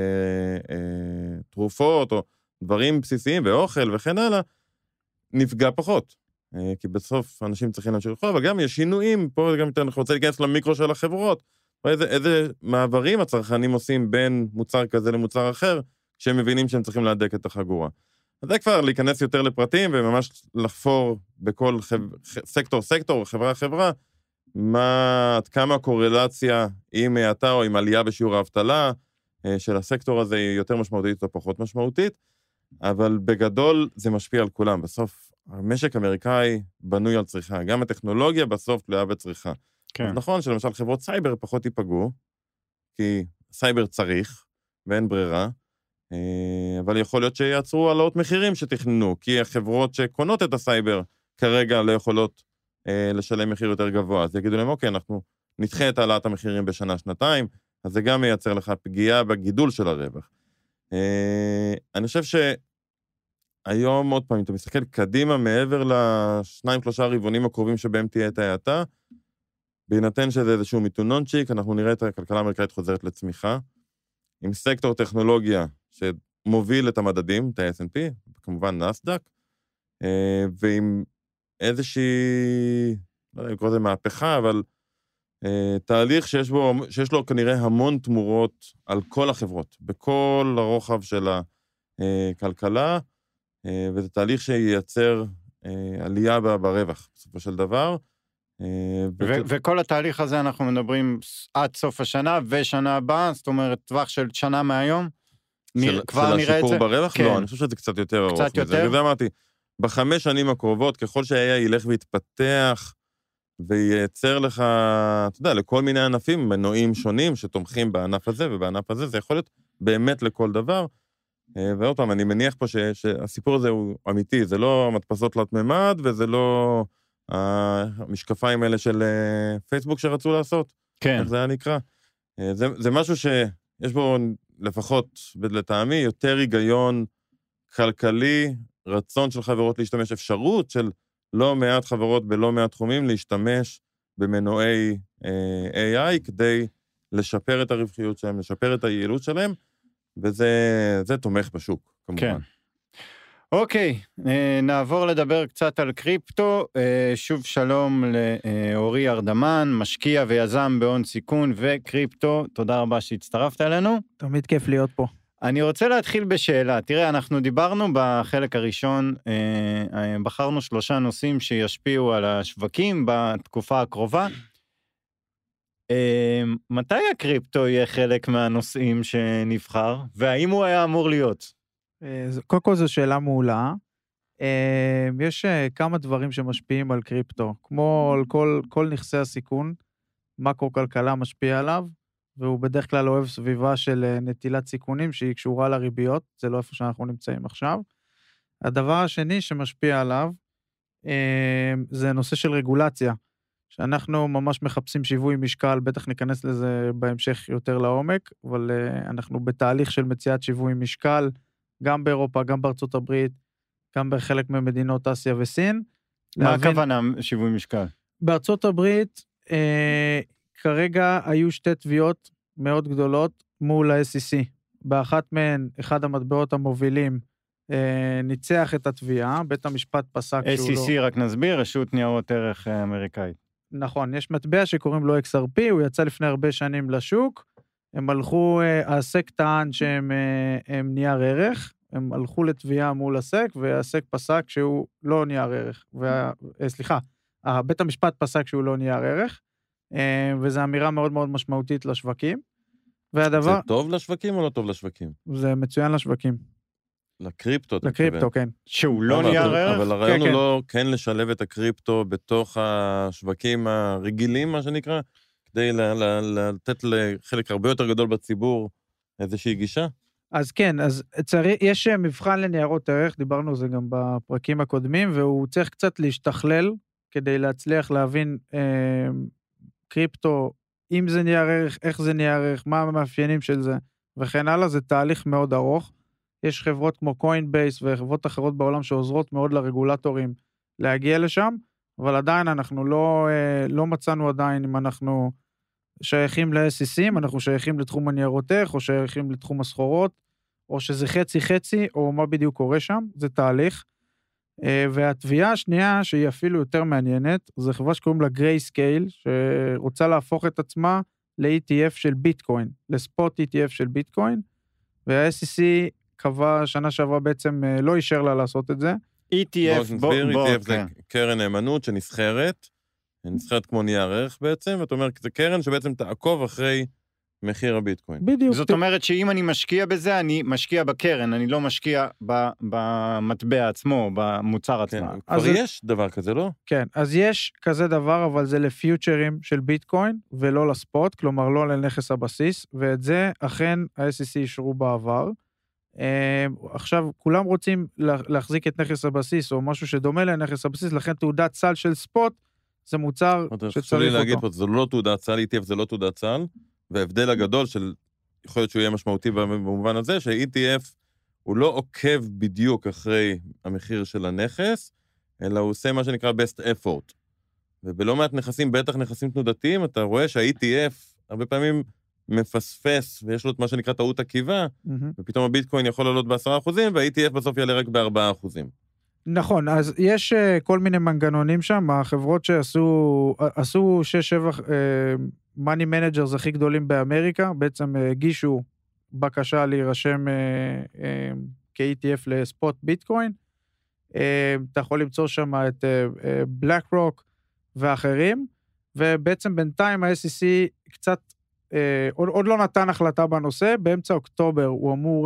תרופות או דברים בסיסיים ואוכל וכן הלאה, נפגע פחות. כי בסוף אנשים צריכים להמשיך לאכול, אבל גם יש שינויים, פה גם אני רוצה להיכנס למיקרו של החברות, איזה מעברים הצרכנים עושים בין מוצר כזה למוצר אחר, כשהם מבינים שהם צריכים להדק את החגורה. אז זה כבר להיכנס יותר לפרטים, וממש לחפור בכל סקטור, חברה, עד כמה הקורלציה עם האטה או עם עלייה בשיעור האבטלה של הסקטור הזה היא יותר משמעותית או פחות משמעותית, אבל בגדול זה משפיע על כולם. בסוף המשק האמריקאי בנוי על צריכה, גם הטכנולוגיה בסוף תלויה בצריכה. כן. אז נכון שלמשל חברות סייבר פחות ייפגעו, כי סייבר צריך ואין ברירה, אבל יכול להיות שיעצרו העלאות מחירים שתכננו, כי החברות שקונות את הסייבר כרגע לא יכולות לשלם מחיר יותר גבוה, אז יגידו להם, אוקיי, אנחנו נדחה את העלאת המחירים בשנה, שנתיים, אז זה גם מייצר לך פגיעה בגידול של הרווח. אני חושב שהיום, עוד פעם, אם אתה מסתכל קדימה מעבר ל2-3 רבעונים הקרובים שבהם תהיה את ההאטה, בהינתן שזה איזשהו מיתונונצ'יק, אנחנו נראה את הכלכלה האמריקאית חוזרת לצמיחה, עם סקטור טכנולוגיה שמוביל את המדדים, את ה-S&P, כמובן נסדק, ועם איזושהי, לא יודע אם קורא לזה מהפכה, אבל תהליך שיש לו כנראה המון תמורות על כל החברות, בכל הרוחב של הכלכלה, וזה תהליך שייצר עלייה ברווח, בסופו של דבר. וכל התהליך הזה אנחנו מדברים עד סוף השנה ושנה הבאה, זאת אומרת, טווח של שנה מהיום, כבר נראה את זה? של השיפור ברווח? לא, אני חושב שזה קצת יותר ארוך. קצת יותר? וזה אמרתי, ב5 שנים הקרובות, ככל שהיה ילך ויתפתח, וייצר לך, אתה יודע, לכל מיני ענפים, מנועים שונים שתומכים בענף הזה ובענף הזה, זה יכול להיות באמת לכל דבר. ועוד פעם, אני מניח פה שהסיפור הזה הוא אמיתי, זה לא מדפסות תלת ממד, וזה לא המשקפיים האלה של פייסבוק שרצו לעשות. כן. איך זה היה נקרא? זה משהו שיש בו לפחות, לטעמי, יותר היגיון כלכלי, רצון של חברות להשתמש, אפשרות של לא מעט חברות בלא מעט תחומים להשתמש במנועי AI כדי לשפר את הרווחיות שלהם, לשפר את היעילות שלהם, וזה תומך בשוק, כמובן. כן. אוקיי, נעבור לדבר קצת על קריפטו. שוב שלום לאורי ארדמן, משקיע ויזם בהון סיכון וקריפטו. תודה רבה שהצטרפת אלינו. תמיד כיף להיות פה. אני רוצה להתחיל בשאלה. תראה, אנחנו דיברנו בחלק הראשון, בחרנו 3 נושאים שישפיעו על השווקים בתקופה הקרובה. מתי הקריפטו יהיה חלק מהנושאים שנבחר, והאם הוא היה אמור להיות? קודם כל זו שאלה מעולה. יש כמה דברים שמשפיעים על קריפטו, כמו על כל נכסי הסיכון, מקרו-כלכלה משפיע עליו, והוא בדרך כלל אוהב סביבה של נטילת סיכונים שהיא קשורה לריביות, זה לא איפה שאנחנו נמצאים עכשיו. הדבר השני שמשפיע עליו, זה נושא של רגולציה, שאנחנו ממש מחפשים שיווי משקל, בטח ניכנס לזה בהמשך יותר לעומק, אבל אנחנו בתהליך של מציאת שיווי משקל, גם באירופה, גם בארצות הברית, גם בחלק ממדינות אסיה וסין. מה הכוונה שיווי משקל? בארצות הברית, כרגע היו 2 תביעות מאוד גדולות מול ה-SEC. באחת מהן, אחד המטבעות המובילים, ניצח את התביעה, בית המשפט פסק שהוא לא... SEC, רק נסביר, רשות ניירות ערך אמריקאית. נכון, יש מטבע שקוראים לו XRP, הוא יצא לפני הרבה שנים לשוק, הם הלכו, הסק טען שהם נייר ערך, הם הלכו לתביעה מול הסק, והסק פסק שהוא לא נייר ערך, סליחה, בית המשפט פסק שהוא לא נייר ערך, וזו אמירה מאוד מאוד משמעותית לשווקים, והדבר... זה טוב לשווקים או לא טוב לשווקים? זה מצוין לשווקים. לקריפטו, לקריפטו, כן. שהוא לא נייר ערך? אבל הרעיון הוא לא כן לשלב את הקריפטו בתוך השווקים הרגילים, מה שנקרא, כדי לתת לחלק הרבה יותר גדול בציבור איזושהי גישה? אז כן, אז יש מבחן לניירות ערך, דיברנו על זה גם בפרקים הקודמים, והוא צריך קצת להשתכלל, כדי להצליח להבין קריפטו, אם זה נייר ערך, איך זה נייר ערך, מה המאפיינים של זה, וכן הלאה, זה תהליך מאוד ארוך. יש חברות כמו Coinbase וחברות אחרות בעולם שעוזרות מאוד לרגולטורים להגיע לשם, אבל עדיין אנחנו לא מצאנו עדיין אם אנחנו שייכים ל-SEC, אם אנחנו שייכים לתחום הניירות ערך, או שייכים לתחום הסחורות, או שזה חצי-חצי, או מה בדיוק קורה שם, זה תהליך. והתביעה השנייה, שהיא אפילו יותר מעניינת, זו חברה שקוראים לה Grayscale, שרוצה להפוך את עצמה ל-ETF של ביטקוין, לספוט ETF של ביטקוין, וה-SEC קבע שנה שעברה בעצם לא אישר לה לעשות את זה. ETF, ETF זה קרן נאמנות שנסחרת, נסחרת כמו נייר ערך בעצם, ואת אומרת, זה קרן שבעצם תעקוב אחרי מחיר הביטקוין. בדיוק. זאת אומרת שאם אני משקיע בזה, אני משקיע בקרן, אני לא משקיע במטבע עצמו, במוצר עצמו. כבר יש דבר כזה, לא? כן, אז יש כזה דבר, אבל זה לפיוטרים של ביטקוין, ולא לספוט, כלומר לא לנכס הבסיס, ואת זה אכן ה-SEC אישרו בעבר. עכשיו, כולם רוצים להחזיק את נכס הבסיס, או משהו שדומה לנכס הבסיס, לכן תעודת סל של ספוט, זה מוצר שצריך להגיד פה, זה לא תעודת סל, ETF זה לא תעודת סל, וההבדל הגדול של, יכול להיות שהוא יהיה משמעותי במובן הזה, ש-ETF הוא לא עוקב בדיוק אחרי המחיר של הנכס, אלא הוא עושה מה שנקרא best effort. ובלא מעט נכסים, בטח נכסים תנודתיים, אתה רואה שה-ETF הרבה פעמים מפספס, ויש לו את מה שנקרא טעות עקיבה, ופתאום הביטקוין יכול לעלות ב10%, וה-ETF בסוף יעלה רק ב4%. נכון, אז יש כל מיני מנגנונים שם, החברות שעשו 6-7 money managers הכי גדולים באמריקה, בעצם הגישו בקשה להירשם כ-ETF לספוט ביטקוין, אתה יכול למצוא שם את BlackRock ואחרים, ובעצם בינתיים ה-SEC קצת, עוד לא נתן החלטה בנושא, באמצע אוקטובר הוא אמור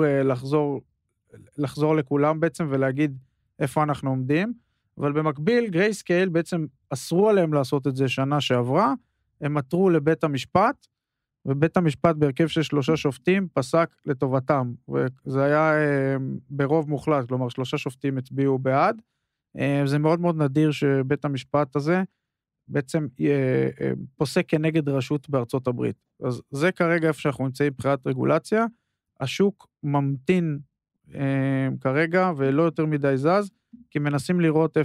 לחזור לכולם בעצם ולהגיד איפה אנחנו עומדים, אבל במקביל גרייסקייל בעצם אסרו עליהם לעשות את זה שנה שעברה, הם עתרו לבית המשפט, ובית המשפט בהרכב של 3 שופטים פסק לטובתם, וזה היה ברוב מוחלט, כלומר 3 שופטים הצביעו בעד, זה מאוד מאוד נדיר שבית המשפט הזה בעצם פוסק כנגד רשות בארצות הברית. אז זה כרגע איפה שאנחנו נמצאים מבחינת רגולציה, השוק ממתין כרגע ולא יותר מדי זז, כי מנסים לראות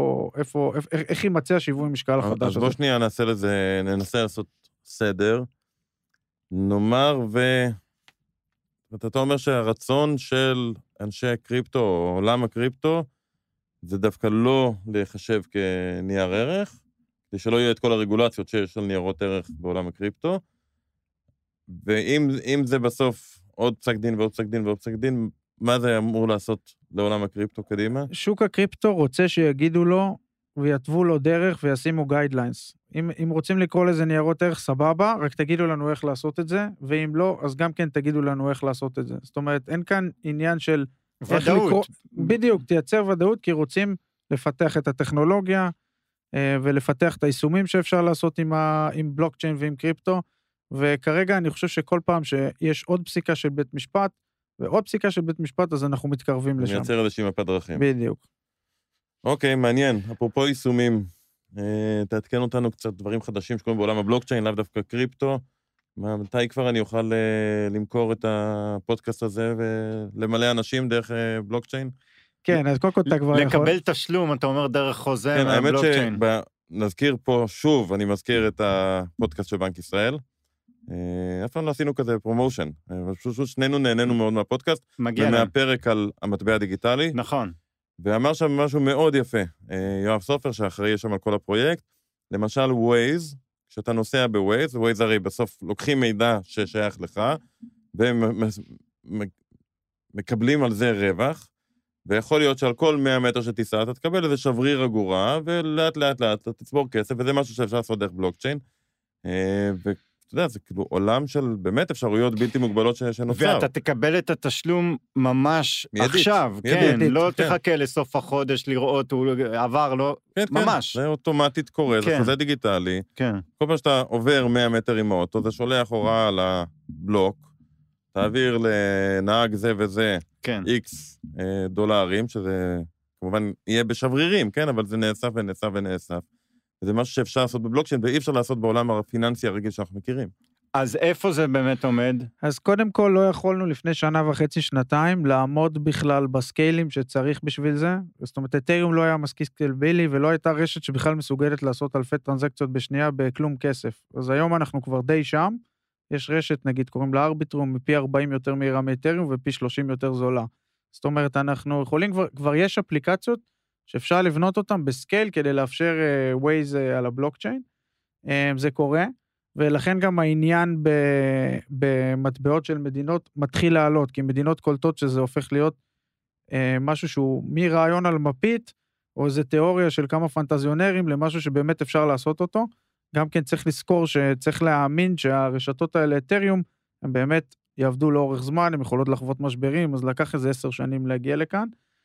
איך יימצא השיווי משקל החדש הזה. אז בוא שנייה ננסה לעשות סדר, נאמר ואתה אומר שהרצון של אנשי הקריפטו או עולם הקריפטו, זה דווקא לא להיחשב כנייר ערך, כדי שלא יהיה את כל הרגולציות שיש על ניירות ערך בעולם הקריפטו, ואם זה בסוף עוד פסק דין ועוד פסק דין ועוד פסק דין, מה זה אמור לעשות לעולם הקריפטו קדימה? שוק הקריפטו רוצה שיגידו לו ויתוו לו דרך וישימו גיידליינס. אם רוצים לקרוא לזה ניירות ערך סבבה, רק תגידו לנו איך לעשות את זה, ואם לא, אז גם כן תגידו לנו איך לעשות את זה. זאת אומרת, אין כאן עניין של ודאות. בדיוק, תייצר ודאות, כי רוצים לפתח את הטכנולוגיה, ולפתח את היישומים שאפשר לעשות עם בלוקצ'יין ועם קריפטו, וכרגע אני חושב שכל פעם שיש עוד פסיקה של בית משפט, ועוד פסיקה של בית משפט, אז אנחנו מתקרבים לשם. מייצר איזושהי מפת דרכים. בדיוק. אוקיי, מעניין. אפרופו יישומים, תעדכן אותנו קצת דברים חדשים שקוראים בעולם הבלוקצ'יין, לאו דווקא קריפטו. מתי כבר אני אוכל למכור את הפודקאסט הזה ולמלא אנשים דרך בלוקצ'יין? כן, אז קודם כל אתה כבר יכול. לקבל תשלום, אתה אומר דרך חוזה מהבלוקצ'יין. כן, האמת שנזכיר פה שוב, אני מזכיר את הפודקאסט של בנק ישראל. אף פעם לא עשינו כזה פרומושן. פשוט שנינו נהנינו מאוד מהפודקאסט. מגיע להם. ומהפרק על המטבע הדיגיטלי. נכון. ואמר שם משהו מאוד יפה. יואב סופר, שאחראי שם על כל הפרויקט. למשל, ווייז, כשאתה נוסע בווייז, ווייז הרי בסוף לוקחים מידע ששייך לך, ומקבלים על זה רווח, ויכול להיות שעל כל 100 מטר שתיסע, אתה תקבל איזה שבריר אגורה, ולאט לאט לאט אתה תצבור כסף, וזה משהו שאפשר לעשות דרך בלוקצ'יין. ואתה יודע, זה כאילו עולם של באמת אפשרויות בלתי מוגבלות שנוצר. ואתה תקבל את התשלום ממש מיידית, עכשיו, מיידית, כן, לא כן. תחכה לסוף החודש לראות, הוא עבר, לא, כן, ממש. כן, זה אוטומטית קורה, זה כן. חוזה דיגיטלי. כן. כל פעם שאתה עובר 100 מטר עם האוטו, זה שולח הוראה על הבלוק, תעביר לנהג זה וזה, כן. X דולרים, שזה כמובן יהיה בשברירים, כן? אבל זה נאסף ונאסף ונאסף. וזה משהו שאפשר לעשות בבלוקצ'יין, ואי אפשר לעשות בעולם הפיננסי הרגיל שאנחנו מכירים. אז איפה זה באמת עומד? אז קודם כל לא יכולנו לפני שנה וחצי, שנתיים, לעמוד בכלל בסקיילים שצריך בשביל זה. זאת אומרת, אתריום לא היה מספיק סקיילבילי, ולא הייתה רשת שבכלל מסוגלת לעשות אלפי טרנזקציות בשנייה בכלום כסף. אז היום אנחנו כבר די שם, יש רשת, נגיד, קוראים לה ארביטרום, מפי 40 יותר מהירה מאתריום, ופי 30 יותר זולה. זאת אומרת, אנחנו יכולים, כבר יש אפליקציות שאפשר לבנות אותן בסקייל, כדי לאפשר ווייז על הבלוקצ'יין. זה קורה. ולכן גם העניין במטבעות של מדינות מתחיל לעלות, כי מדינות קולטות שזה הופך להיות משהו שהוא מרעיון על מפית, או איזו תיאוריה של כמה פנטזיונרים, למשהו שבאמת אפשר לעשות אותו. גם כן צריך לזכור שצריך להאמין שהרשתות האלה, אתריום, הם באמת יעבדו לאורך זמן, הם יכולות לחוות משברים, אז לקח איזה 10 שנים להגיע לכאן.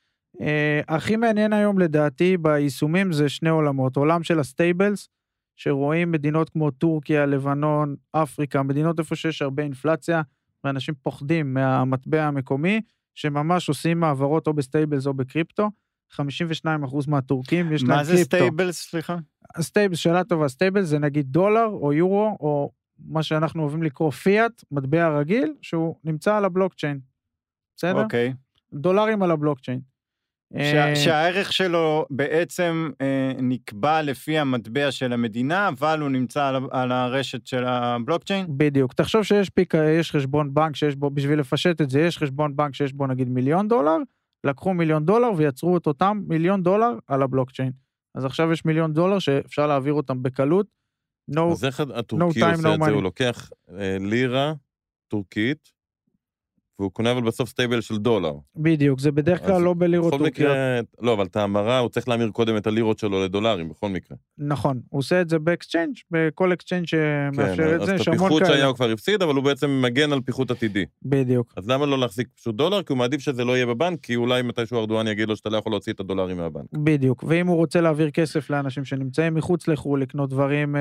הכי מעניין היום לדעתי ביישומים זה שני עולמות, עולם של הסטייבלס, שרואים מדינות כמו טורקיה, לבנון, אפריקה, מדינות איפה שיש הרבה אינפלציה, ואנשים פוחדים מהמטבע המקומי, שממש עושים מעברות או בסטייבלס או בקריפטו, 52% מהטורקים יש להם קריפטו. מה זה סטייבלס, סליחה? סטייבלס, שאלה טובה, סטייבלס זה נגיד דולר או יורו, או מה שאנחנו אוהבים לקרוא פיאט, מטבע רגיל, שהוא נמצא על הבלוקצ'יין. בסדר? אוקיי. דולרים על הבלוקצ'יין. שהערך שלו בעצם נקבע לפי המטבע של המדינה, אבל הוא נמצא על הרשת של הבלוקצ'יין? בדיוק. תחשוב יש חשבון בנק שיש בו, בשביל לפשט את זה, יש חשבון בנק שיש בו נגיד $1,000,000, לקחו $1,000,000 ויצרו את אותם $1,000,000 על הבלוקצ'יין. אז עכשיו יש $1,000,000 שאפשר להעביר אותם בקלות. אז איך הטורקי עושה את זה? הוא לוקח לירה טורקית, והוא קונה אבל בסוף סטייבל של $. בדיוק, זה בדרך כלל לא בלירות טורקיות. לא, אבל את ההמרה, הוא צריך להמיר קודם את הלירות שלו לדולרים, בכל מקרה. נכון, הוא עושה את זה באקסצ'יינג', בכל אקסצ'יינג' שמאפשר את זה, אז את הפיחות שהיה הוא כבר הפסיד, אבל הוא בעצם מגן על פיחות עתידי. בדיוק. אז למה לא להחזיק פשוט $? כי הוא מעדיף שזה לא יהיה בבנק, כי אולי מתישהו ארדואן יגיד לו שאתה לא יכול להוציא את $. מהבנק. בדיוק, ואם הוא רוצה להעביר כסף לאנשים שנמצאים מחוץ לחו"ל, לקנות דברים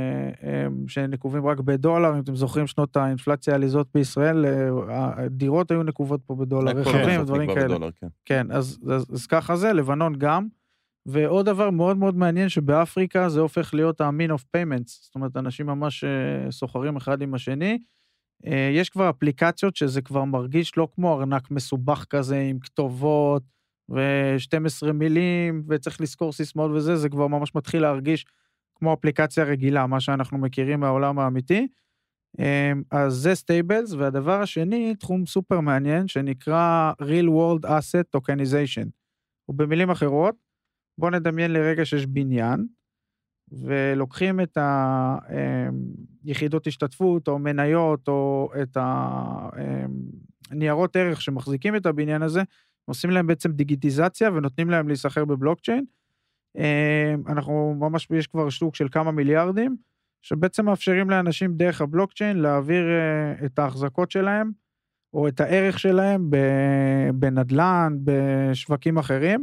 שנקובים רק בדולר, אם אתם זוכרים שנות האינפלציה העליזות בישראל, הדירות היו נקובות פה בדולר, רכבים, דברים כאלה. כן, אז ככה זה, לבנון גם, ועוד דבר מאוד מאוד מעניין, שבאפריקה זה הופך להיות ה-mean of payments, זאת אומרת, אנשים ממש סוחרים אחד עם השני, יש כבר אפליקציות שזה כבר מרגיש לא כמו ארנק מסובך כזה, עם כתובות, ו12 מילים, וצריך לזכור סיסמאות וזה, זה כבר ממש מתחיל להרגיש כמו אפליקציה רגילה, מה שאנחנו מכירים מהעולם האמיתי, אז זה סטייבלס, והדבר השני, תחום סופר מעניין, שנקרא real world asset tokenization, ובמילים אחרות, בואו נדמיין לרגע שיש בניין, ולוקחים את היחידות השתתפות, או מניות, או את הניירות ערך שמחזיקים את הבניין הזה, עושים להם בעצם דיגיטיזציה, ונותנים להם להיסחר בבלוקצ'יין, אנחנו ממש, יש כבר שוק של כמה מיליארדים, שבעצם מאפשרים לאנשים דרך הבלוקצ'יין, להעביר את ההחזקות שלהם, או את הערך שלהם, בנדלן, בשווקים אחרים,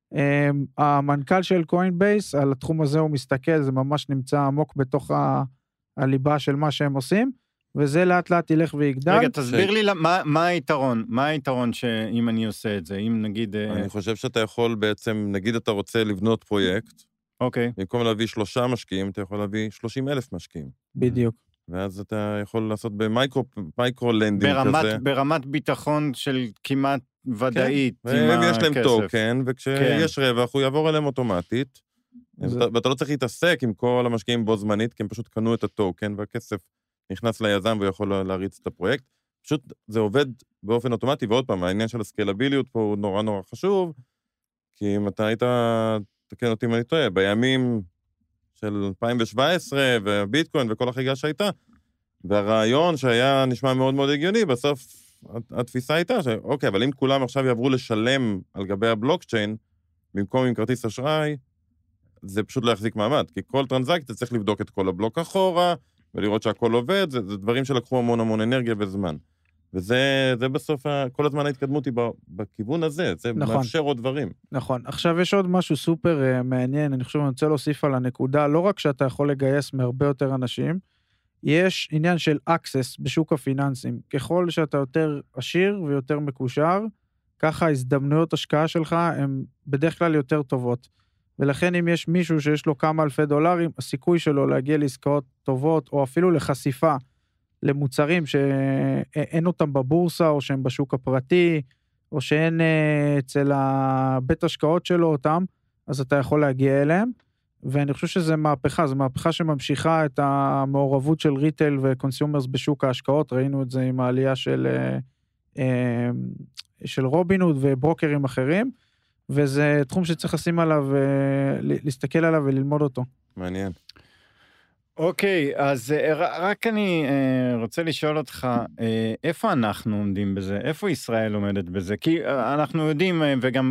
המנכ"ל של קוינבייס, על התחום הזה הוא מסתכל, זה ממש נמצא עמוק בתוך הליבה של מה שהם עושים, וזה לאט לאט ילך ויגדל. רגע, תסביר לי מה היתרון, מה היתרון שאם אני עושה את זה, אם נגיד... אני חושב שאתה יכול בעצם, נגיד אתה רוצה לבנות פרויקט, אוקיי. במקום להביא 3 משקיעים, אתה יכול להביא 30,000 משקיעים. בדיוק. ואז אתה יכול לעשות במייקרו-לנדינג כזה. ברמת ביטחון של כמעט ודאית. כן, ויש להם טוקן, וכשיש רווח, הוא יעבור אליהם אוטומטית, ואתה לא צריך להתעסק עם כל המשקיעים בו זמנית, כי הם פשוט קנו את הטוקן, והכסף נכנס ליזם ויכול להריץ את הפרויקט. פשוט זה עובד באופן אוטומטי, ועוד פעם, העניין של הסקלביליות פה הוא נורא נורא חשוב, כי אם אתה היית, תקן אותי אם אני טועה, בימים של 2017, והביטקוין וכל החגיגה שהייתה, והרעיון שהיה נשמע מאוד מאוד הגיוני, בסוף התפיסה הייתה שאוקיי, אבל אם כולם עכשיו יעברו לשלם על גבי הבלוקצ'יין, במקום עם כרטיס אשראי, זה פשוט לא יחזיק מעמד, כי כל טרנזקציה צריך לבדוק את כל הבלוק אחורה, ולראות שהכל עובד, זה דברים שלקחו המון אנרגיה וזמן. וזה בסוף, כל הזמן ההתקדמות היא בכיוון הזה, זה מאפשר עוד דברים. נכון, עכשיו יש עוד משהו סופר מעניין, אני חושב אני רוצה להוסיף על הנקודה, לא רק שאתה יכול לגייס מהרבה יותר אנשים, יש עניין של access בשוק הפיננסים, ככל שאתה יותר עשיר ויותר מקושר, ככה ההזדמנויות השקעה שלך הן בדרך כלל יותר טובות, ולכן אם יש מישהו שיש לו כמה אלפי $, הסיכוי שלו להגיע לעסקאות טובות, או אפילו לחשיפה למוצרים שאין אותם בבורסה, או שהם בשוק הפרטי, או שאין אצל הבית השקעות שלו אותם, אז אתה יכול להגיע אליהם, ואני חושב שזה מהפכה, זו מהפכה שממשיכה את המעורבות של ריטייל וקונסיומרס בשוק ההשקעות, ראינו את זה עם העלייה של רובינהוד וברוקרים אחרים, וזה תחום שצריך לשים עליו, להסתכל עליו וללמוד אותו. מעניין. אוקיי, אז רק אני רוצה לשאול אותך, איפה אנחנו עומדים בזה? איפה ישראל עומדת בזה? כי אנחנו יודעים,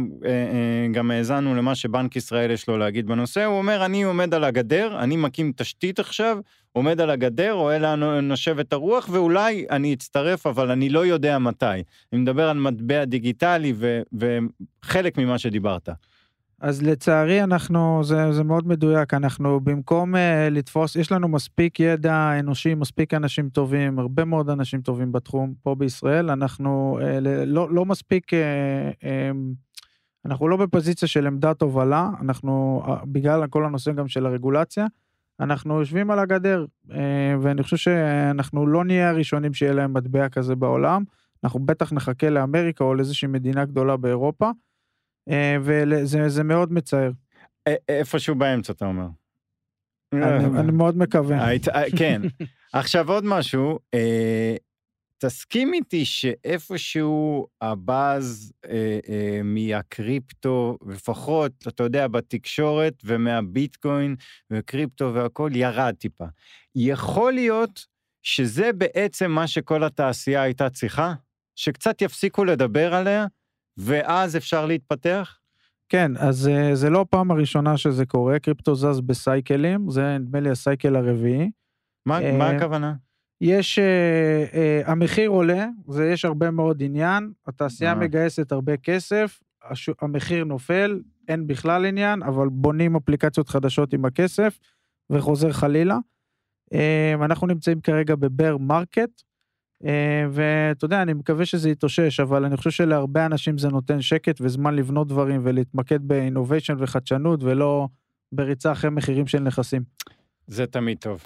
וגם האזנו למה שבנק ישראל יש לו להגיד בנושא, הוא אומר, אני עומד על הגדר, אני מקים תשתית עכשיו, עומד על הגדר, רואה לנו נושב את הרוח, ואולי אני אצטרף, אבל אני לא יודע מתי. אני מדבר על מטבע דיגיטלי, וחלק ממה שדיברת. אז לצערי זה מאוד מדויק, אנחנו במקום לתפוס, יש לנו מספיק ידע אנושי, מספיק אנשים טובים, הרבה מאוד אנשים טובים בתחום פה בישראל, אנחנו לא מספיק, אנחנו לא בפוזיציה של עמדת הובלה, אנחנו, בגלל כל הנושא גם של הרגולציה, אנחנו יושבים על הגדר, ואני חושב שאנחנו לא נהיה הראשונים שיהיה להם מטבע כזה בעולם, אנחנו בטח נחכה לאמריקה או לאיזושהי מדינה גדולה באירופה, וזה מאוד מצער. איפשהו באמצע, אתה אומר. אני מאוד מקווה. כן. עכשיו עוד משהו, תסכים איתי שאיפשהו הבאז מהקריפטו, לפחות, אתה יודע, בתקשורת ומהביטקוין וקריפטו והכל, ירד טיפה. יכול להיות שזה בעצם מה שכל התעשייה הייתה צריכה? שקצת יפסיקו לדבר עליה, ואז אפשר להתפתח? כן, אז זה לא הפעם הראשונה שזה קורה, קריפטו זז בסייקלים, זה נדמה לי הסייקל הרביעי. מה הכוונה? יש, המחיר עולה, יש הרבה מאוד עניין, התעשייה מגייסת הרבה כסף, המחיר נופל, אין בכלל עניין, אבל בונים אפליקציות חדשות עם הכסף, וחוזר חלילה. אנחנו נמצאים כרגע בבר מרקט, ואתה יודע, אני מקווה שזה יתאושש, אבל אני חושב שלהרבה אנשים זה נותן שקט וזמן לבנות דברים ולהתמקד באינוביישן וחדשנות, ולא בריצה אחרי מחירים של נכסים. זה תמיד טוב.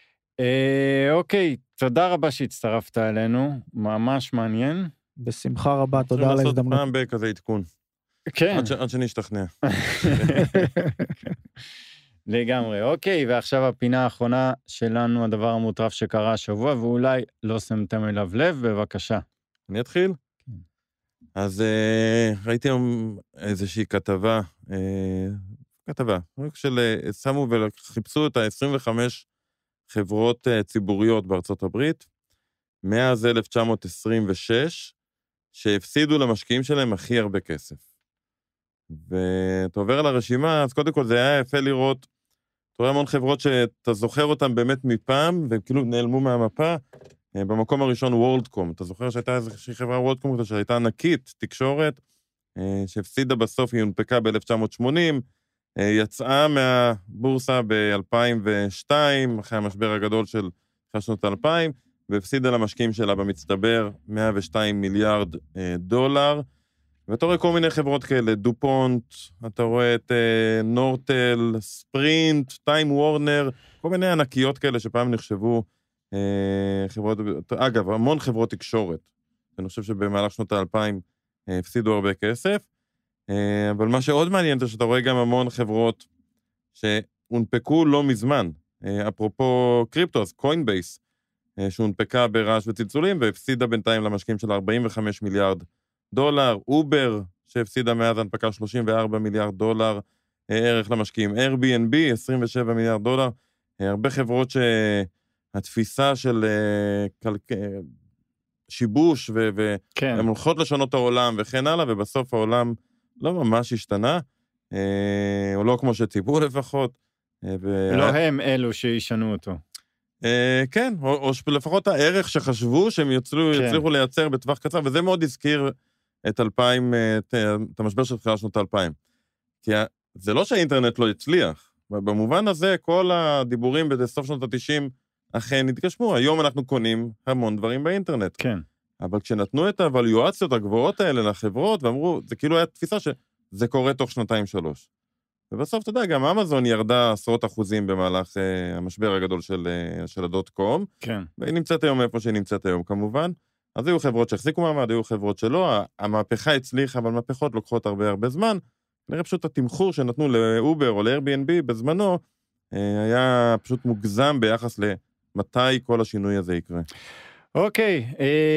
אוקיי, תודה רבה שהצטרפת אלינו, ממש מעניין. בשמחה רבה, תודה על ההזדמנות. לעשות פעם בכזה עדכון. כן. עד שנשתכנע. לגמרי, אוקיי, ועכשיו הפינה האחרונה שלנו, הדבר המוטרף שקרה השבוע, ואולי לא שמתם אליו לב, בבקשה. אני אתחיל? כן. אז ראיתי היום איזושהי כתבה, שמו וחיפשו את ה-25 חברות ציבוריות בארצות הברית, מאז 1926, שהפסידו למשקיעים שלהם הכי הרבה כסף. ואתה עובר על הרשימה, אז קודם כל זה היה יפה לראות, אתה רואה המון חברות שאתה זוכר אותן באמת מפעם, והם כאילו נעלמו מהמפה. במקום הראשון וורלדקום, אתה זוכר שהייתה איזושהי חברה וורלדקום, שהייתה ענקית, תקשורת, שהפסידה בסוף, היא הונפקה ב-1980, יצאה מהבורסה ב-2002, אחרי המשבר הגדול של שנות 2000, והפסידה למשקיעים שלה במצטבר 102 מיליארד דולר, ואתה רואה כל מיני חברות כאלה, דופונט, אתה רואה את נורטל, ספרינט, טיים וורנר, כל מיני ענקיות כאלה שפעם נחשבו חברות, אגב, המון חברות תקשורת, אני חושב שבמהלך שנות ה-2000 הפסידו הרבה כסף, אבל מה שעוד מעניין זה שאתה רואה גם המון חברות שהונפקו לא מזמן, אפרופו קריפטו, אז קוינבייס, שהונפקה ברעש וצלצולים, והפסידה בינתיים למשקיעים של 45 מיליארד דולר, אובר, שהפסידה מאז הנפקה 34 מיליארד דולר, ערך למשקיעים, Airbnb, 27 מיליארד דולר, הרבה חברות שהתפיסה של שיבוש, והן הולכות לשנות את העולם וכן הלאה, ובסוף העולם לא ממש השתנה, או לא כמו שציפו לפחות. לא הם אלו שישנו אותו. כן, או לפחות הערך שחשבו שהם יצליחו לייצר בטווח קצר, וזה מאוד הזכיר את המשבר של תחילת שנות 2000. כי זה לא שהאינטרנט לא הצליח, במובן הזה כל הדיבורים בסוף שנות ה-90 אכן התגשמו, היום אנחנו קונים המון דברים באינטרנט. כן. אבל כשנתנו את הוואליואציות הגבוהות האלה לחברות, ואמרו, זה כאילו היה תפיסה שזה קורה תוך 2-3. ובסוף, אתה יודע, גם אמזון ירדה עשרות אחוזים במהלך המשבר הגדול של הדוט-קום, כן. והיא נמצאת היום איפה שהיא נמצאת היום, כמובן. אז היו חברות שהחזיקו מעמד, היו חברות שלא, המהפכה הצליחה, אבל מהפכות לוקחות הרבה זמן. נראה פשוט התמחור שנתנו לאובר או ל-Airbnb בזמנו, היה פשוט מוגזם ביחס למתי כל השינוי הזה יקרה. אוקיי,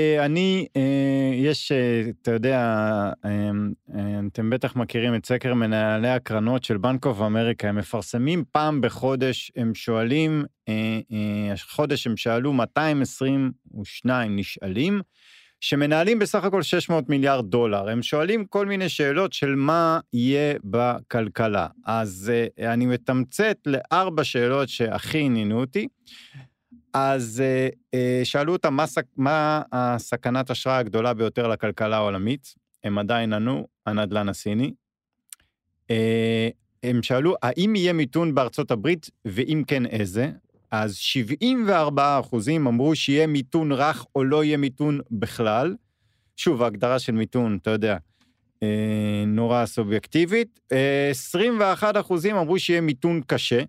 אתה יודע, אתם בטח מכירים את סקר מנהלי הקרנות של בנק אוף אמריקה, הם מפרסמים פעם בחודש, הם שואלים, חודש הם שאלו 222 נשאלים, שמנהלים בסך הכל $600 מיליארד, הם שואלים כל מיני שאלות של מה יהיה בכלכלה, אז אני מתמצת ל4 שאלות שהכי עניינו אותי, אז שאלו אותם מה הסכנת אשראי הגדולה ביותר לכלכלה העולמית, הם עדיין ענו, הנדל"ן הסיני, הם שאלו האם יהיה מיתון בארצות הברית, ואם כן איזה, אז 74% אמרו שיהיה מיתון רך או לא יהיה מיתון בכלל, שוב ההגדרה של מיתון, אתה יודע, נורא סובייקטיבית, 21% אמרו שיהיה מיתון קשה,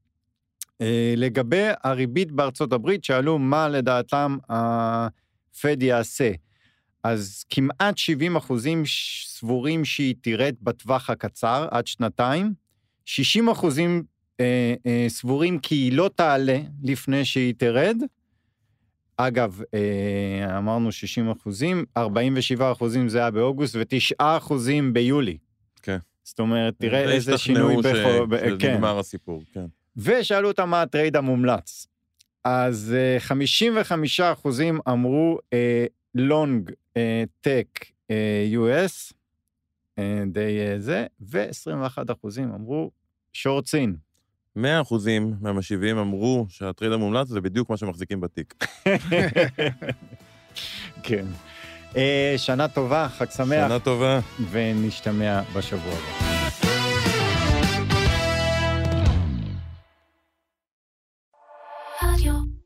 לגבי הריבית בארצות הברית, שאלו מה לדעתם הפד יעשה, אז כמעט 70% סבורים שהיא תרד בטווח הקצר, עד 2 שנים, 60% סבורים כי היא לא תעלה לפני שהיא תרד, אגב, אמרנו 60%, 47% זה היה באוגוסט, ו9% ביולי. כן. זאת אומרת, תראה איזה שינוי שנגמר הסיפור, כן. ושאלו אותם מה הטרייד המומלץ. אז 55% אמרו לונג טק US, די זה, ו21% אמרו שורט סין. 100% מהמשיבים אמרו שהטרייד המומלץ זה בדיוק מה שמחזיקים בתיק. כן. שנה טובה, חג שמח. שנה טובה. ונשתמע בשבוע הבא. רדיו